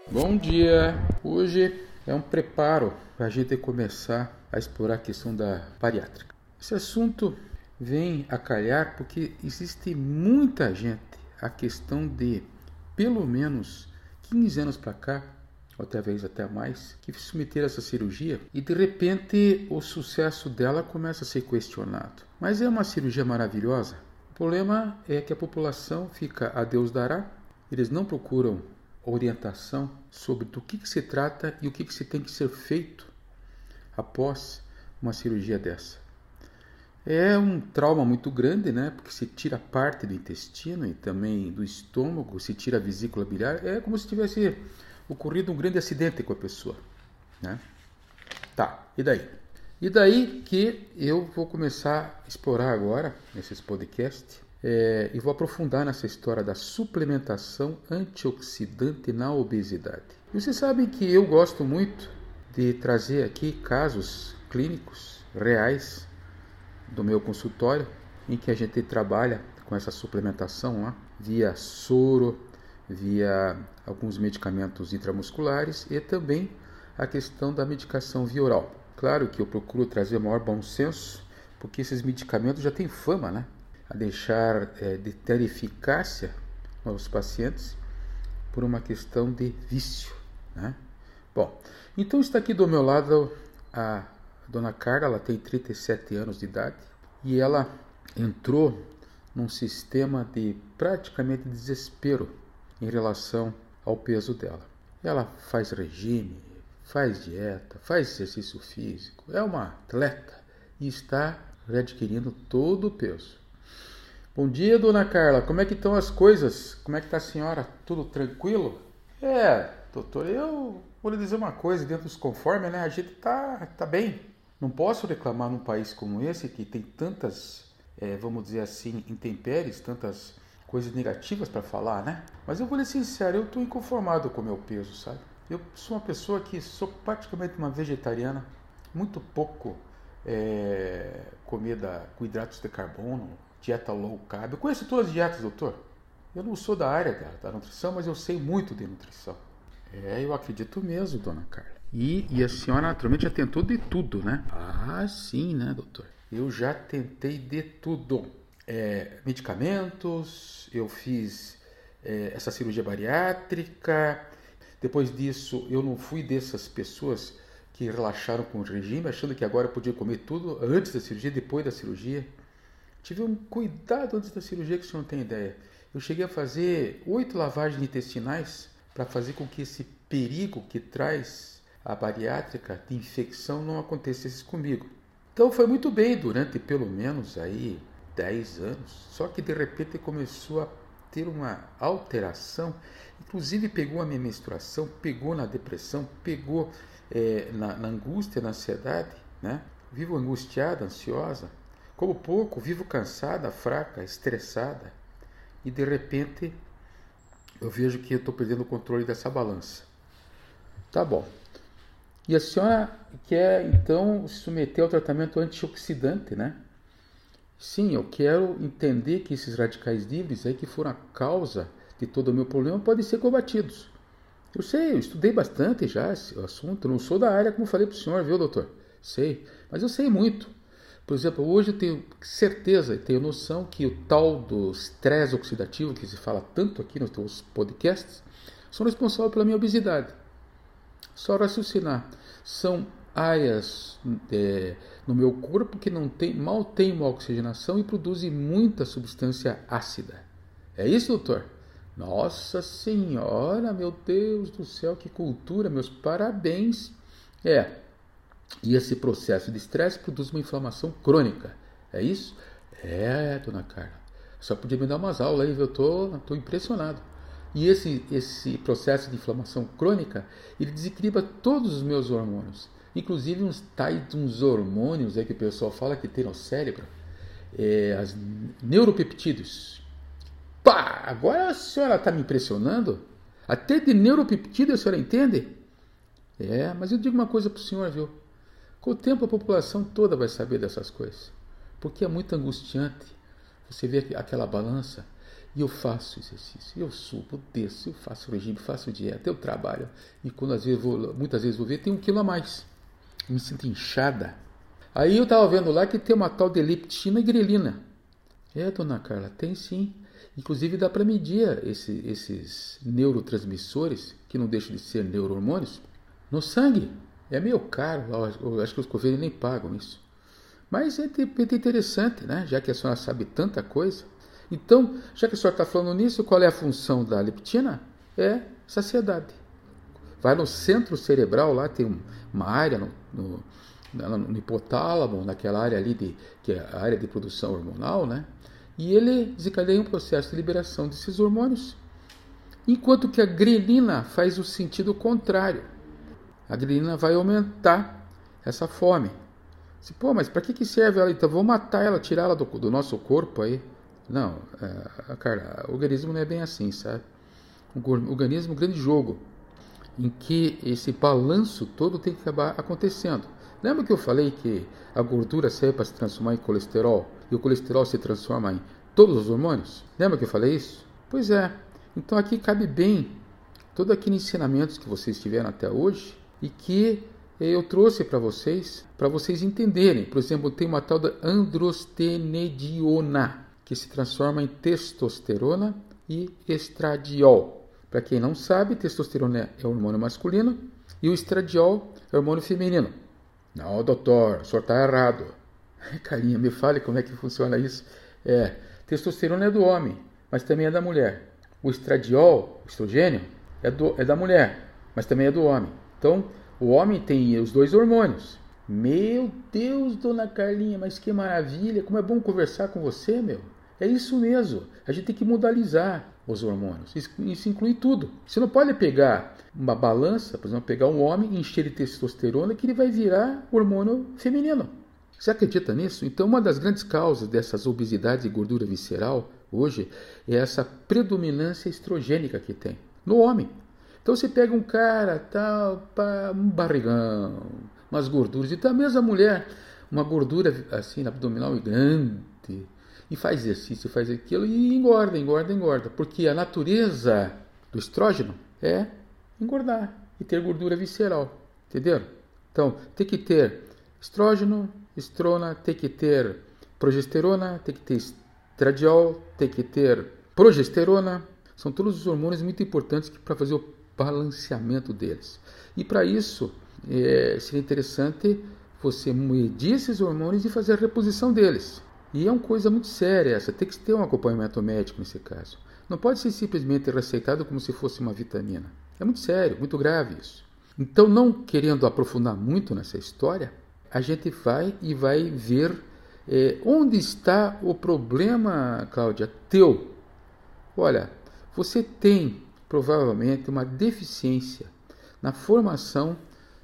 Bom dia! Hoje é um preparo para a gente começar a explorar a questão da bariátrica. Esse assunto vem a calhar porque existe muita gente, a questão de pelo menos 15 anos para cá, ou talvez até mais, que submeteram a essa cirurgia e de repente o sucesso dela começa a ser questionado. Mas é uma cirurgia maravilhosa. O problema é que a população fica a Deus dará, eles não procuram orientação sobre do que se trata e o que se tem que ser feito após uma cirurgia dessa. É um trauma muito grande, né? Porque se tira parte do intestino e também do estômago, se tira a vesícula biliar, é como se tivesse ocorrido um grande acidente com a pessoa, né? Tá, e daí? E daí que eu vou começar a explorar agora, nesses podcasts, e vou aprofundar nessa história da suplementação antioxidante na obesidade. E vocês sabem que eu gosto muito de trazer aqui casos clínicos reais do meu consultório, em que a gente trabalha com essa suplementação lá, via soro, via alguns medicamentos intramusculares e também a questão da medicação via oral. Claro que eu procuro trazer o maior bom senso, porque esses medicamentos já têm fama, né? A deixar de ter eficácia nos pacientes por uma questão de vício, né? Bom, então está aqui do meu lado a dona Carla, ela tem 37 anos de idade e ela entrou num sistema de praticamente desespero em relação ao peso dela. Ela faz regime, faz dieta, faz exercício físico, é uma atleta e está readquirindo todo o peso. Bom dia, dona Carla. Como é que estão as coisas? Como é que está a senhora? Tudo tranquilo? Doutor, eu vou lhe dizer uma coisa, dentro dos conformes, né? A gente tá bem. Não posso reclamar num país como esse, que tem tantas, vamos dizer assim, intempéries, tantas coisas negativas para falar, né? Mas eu vou lhe ser sincero, eu estou inconformado com o meu peso, sabe? Eu sou uma pessoa que sou praticamente uma vegetariana, muito pouco comida com hidratos de carbono, dieta low carb. Eu conheço todas as dietas, doutor. Eu não sou da área da nutrição, mas eu sei muito de nutrição. Eu acredito mesmo, dona Carla. E a senhora naturalmente já tentou de tudo, né? Ah, sim, né, doutor? Eu já tentei de tudo. Medicamentos, eu fiz essa cirurgia bariátrica. Depois disso, eu não fui dessas pessoas que relaxaram com o regime, achando que agora podia comer tudo antes da cirurgia, depois da cirurgia. Tive um cuidado antes da cirurgia que o senhor não tem ideia. Eu cheguei a fazer 8 lavagens intestinais para fazer com que esse perigo que traz a bariátrica de infecção não acontecesse comigo. Então foi muito bem durante pelo menos aí 10 anos. Só que de repente começou a ter uma alteração. Inclusive pegou a minha menstruação, pegou na depressão, pegou na angústia, na ansiedade, né? Vivo angustiada, ansiosa. Como pouco, vivo cansada, fraca, estressada. E de repente eu vejo que eu estou perdendo o controle dessa balança. Tá bom. E a senhora quer então se submeter ao tratamento antioxidante, né? Sim, eu quero entender que esses radicais livres aí que foram a causa de todo o meu problema podem ser combatidos. Eu sei, eu estudei bastante já esse assunto, não sou da área como falei para o senhor, viu, doutor? Sei, mas eu sei muito. Por exemplo, hoje eu tenho certeza e tenho noção que o tal do estresse oxidativo, que se fala tanto aqui nos teus podcasts, são responsáveis pela minha obesidade. Só raciocinar. São áreas no meu corpo que mal tem uma oxigenação e produzem muita substância ácida. É isso, doutor? Nossa Senhora, meu Deus do céu, que cultura, meus parabéns. E esse processo de estresse produz uma inflamação crônica. É isso? Dona Carla. Só podia me dar umas aulas aí, eu estou impressionado. E esse processo de inflamação crônica, ele desequilibra todos os meus hormônios. Inclusive uns hormônios aí que o pessoal fala que tem no cérebro. As neuropeptídeos. Pá! Agora a senhora está me impressionando? Até de neuropeptídeo a senhora entende? Mas eu digo uma coisa para o senhor, viu? Com o tempo a população toda vai saber dessas coisas. Porque é muito angustiante você ver aquela balança E eu faço exercício, eu subo, desço, eu faço regime, faço dieta, eu trabalho. E quando muitas vezes vou ver, tem 1 quilo a mais. Eu me sinto inchada. Aí eu estava vendo lá que tem uma tal de leptina e grelina. Dona Carla, tem sim. Inclusive dá para medir esses neurotransmissores, que não deixam de ser neurohormônios, no sangue. É meio caro, eu acho que os governos nem pagam isso. Mas é interessante, né? Já que a senhora sabe tanta coisa. Então, já que a senhora está falando nisso, qual é a função da leptina? É saciedade. Vai no centro cerebral, lá tem uma área no hipotálamo, naquela área ali, que é a área de produção hormonal, né? E ele desencadeia um processo de liberação desses hormônios. Enquanto que a grelina faz o sentido contrário. A grelina vai aumentar essa fome. Mas para que serve ela? Então vamos matar ela, tirar ela do nosso corpo aí. Não, Carla, o organismo não é bem assim, sabe? O organismo é um grande jogo, em que esse balanço todo tem que acabar acontecendo. Lembra que eu falei que a gordura serve para se transformar em colesterol e o colesterol se transforma em todos os hormônios? Lembra que eu falei isso? Pois é. Então aqui cabe bem todos aqueles ensinamentos que vocês tiveram até hoje e que eu trouxe para vocês entenderem. Por exemplo, tem uma tal da androstenediona, que se transforma em testosterona e estradiol. Para quem não sabe, testosterona é hormônio masculino e o estradiol é hormônio feminino. Não, doutor, o senhor está errado. Carinha, me fale como é que funciona isso. Testosterona é do homem, mas também é da mulher. O estradiol, o estrogênio, é da mulher, mas também é do homem. Então, o homem tem os dois hormônios. Meu Deus, dona Carlinha, mas que maravilha, como é bom conversar com você, meu. É isso mesmo, a gente tem que modalizar os hormônios, isso inclui tudo. Você não pode pegar uma balança, por exemplo, pegar um homem e encher de testosterona que ele vai virar hormônio feminino. Você acredita nisso? Então uma das grandes causas dessas obesidades e gordura visceral hoje é essa predominância estrogênica que tem no homem. Então você pega um cara, um barrigão, umas gorduras, e também a mulher, uma gordura assim, abdominal grande, e faz exercício, faz aquilo e engorda. Porque a natureza do estrógeno é engordar e ter gordura visceral. Entenderam? Então, tem que ter estrógeno, estrona, tem que ter progesterona, tem que ter estradiol, tem que ter progesterona. São todos os hormônios muito importantes para fazer o balanceamento deles. E para isso, seria interessante você medir esses hormônios e fazer a reposição deles. E é uma coisa muito séria essa, tem que ter um acompanhamento médico nesse caso. Não pode ser simplesmente receitado como se fosse uma vitamina. É muito sério, muito grave isso. Então, não querendo aprofundar muito nessa história, a gente vai ver onde está o problema, Cláudia, teu. Olha, você tem provavelmente uma deficiência na formação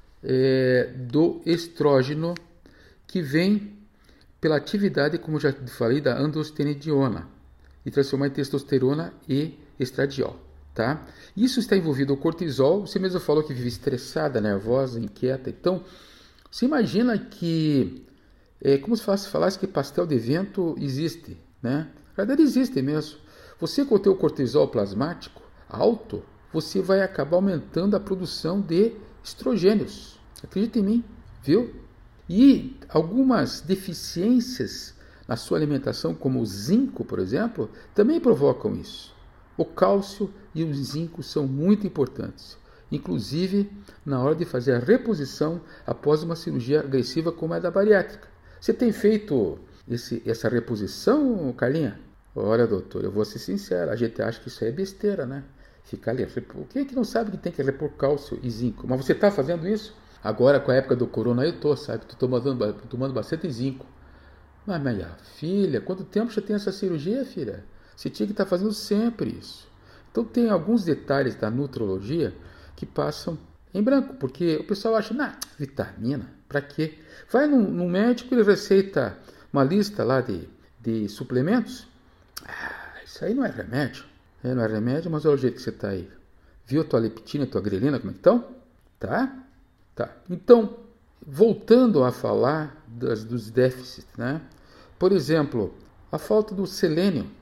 do estrógeno que vem pela atividade, como já falei, da androstenediona e transformar em testosterona e estradiol, tá? Isso está envolvido o cortisol. Você mesmo falou que vive estressada, nervosa, inquieta. Então, você imagina que como se falasse que pastel de vento existe, né? Na verdade existe mesmo. Você com o teu cortisol plasmático alto, você vai acabar aumentando a produção de estrogênios. Acredita em mim, viu? E algumas deficiências na sua alimentação, como o zinco, por exemplo, também provocam isso. O cálcio e o zinco são muito importantes, inclusive na hora de fazer a reposição após uma cirurgia agressiva como a da bariátrica. Você tem feito essa reposição, Carlinha? Olha, doutor, eu vou ser sincero, a gente acha que isso é besteira, né? Ficar ali, quem é que não sabe que tem que repor cálcio e zinco? Mas você está fazendo isso? Agora, com a época do corona, eu tô tomando bastante zinco. Mas minha filha, quanto tempo já tem essa cirurgia, filha? Você tinha que estar fazendo sempre isso. Então tem alguns detalhes da nutrologia que passam em branco, porque o pessoal acha, vitamina, para quê? Vai num médico, ele receita uma lista lá de suplementos. Isso aí não é remédio. Não é remédio, mas olha o jeito que você está aí. Viu a tua leptina, a tua grelina, como é que estão? Tá? Então, voltando a falar dos déficits, né? Por exemplo, a falta do selênio.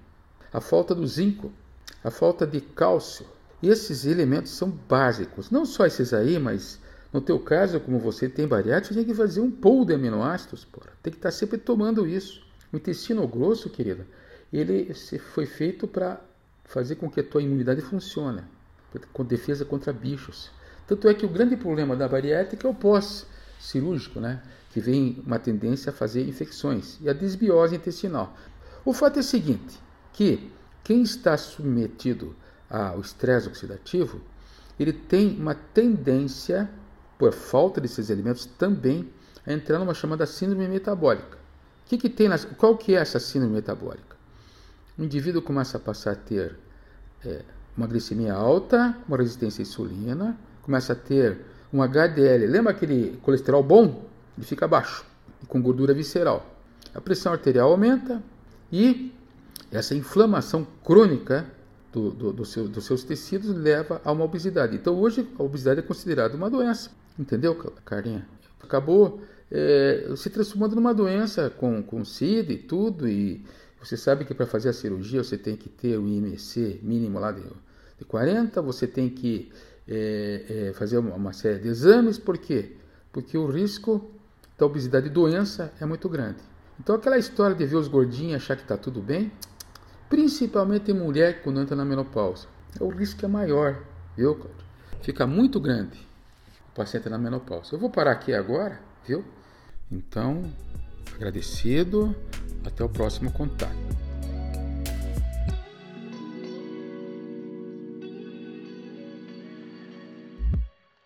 a falta do zinco, a falta de cálcio. E esses elementos são básicos. Não só esses aí, mas no teu caso, como você tem bariátrica, tem que fazer um pool de aminoácidos, porra. Tem que estar sempre tomando isso. O intestino grosso, querida, ele foi feito para fazer com que a tua imunidade funcione, com defesa contra bichos. Tanto é que o grande problema da bariátrica é o pós-cirúrgico, né? Que vem uma tendência a fazer infecções e a desbiose intestinal. O fato é o seguinte, que quem está submetido ao estresse oxidativo, ele tem uma tendência, por falta desses elementos, também a entrar numa chamada síndrome metabólica. Qual que é essa síndrome metabólica? O indivíduo começa a passar a ter uma glicemia alta, uma resistência à insulina, começa a ter um HDL. Lembra aquele colesterol bom? Ele fica baixo, com gordura visceral. A pressão arterial aumenta e essa inflamação crônica dos seus tecidos leva a uma obesidade. Então hoje a obesidade é considerada uma doença. Entendeu, carinha? Acabou se transformando numa doença com CID e tudo. E você sabe que para fazer a cirurgia você tem que ter o IMC mínimo lá de 40, você tem que fazer uma série de exames. Por quê? Porque o risco da obesidade e doença é muito grande. Então aquela história de ver os gordinhos e achar que está tudo bem, principalmente em mulher quando entra na menopausa, o risco é maior, viu, Cláudio? Fica muito grande o paciente na menopausa. Eu vou parar aqui agora, viu? Então, agradecido, até o próximo contato.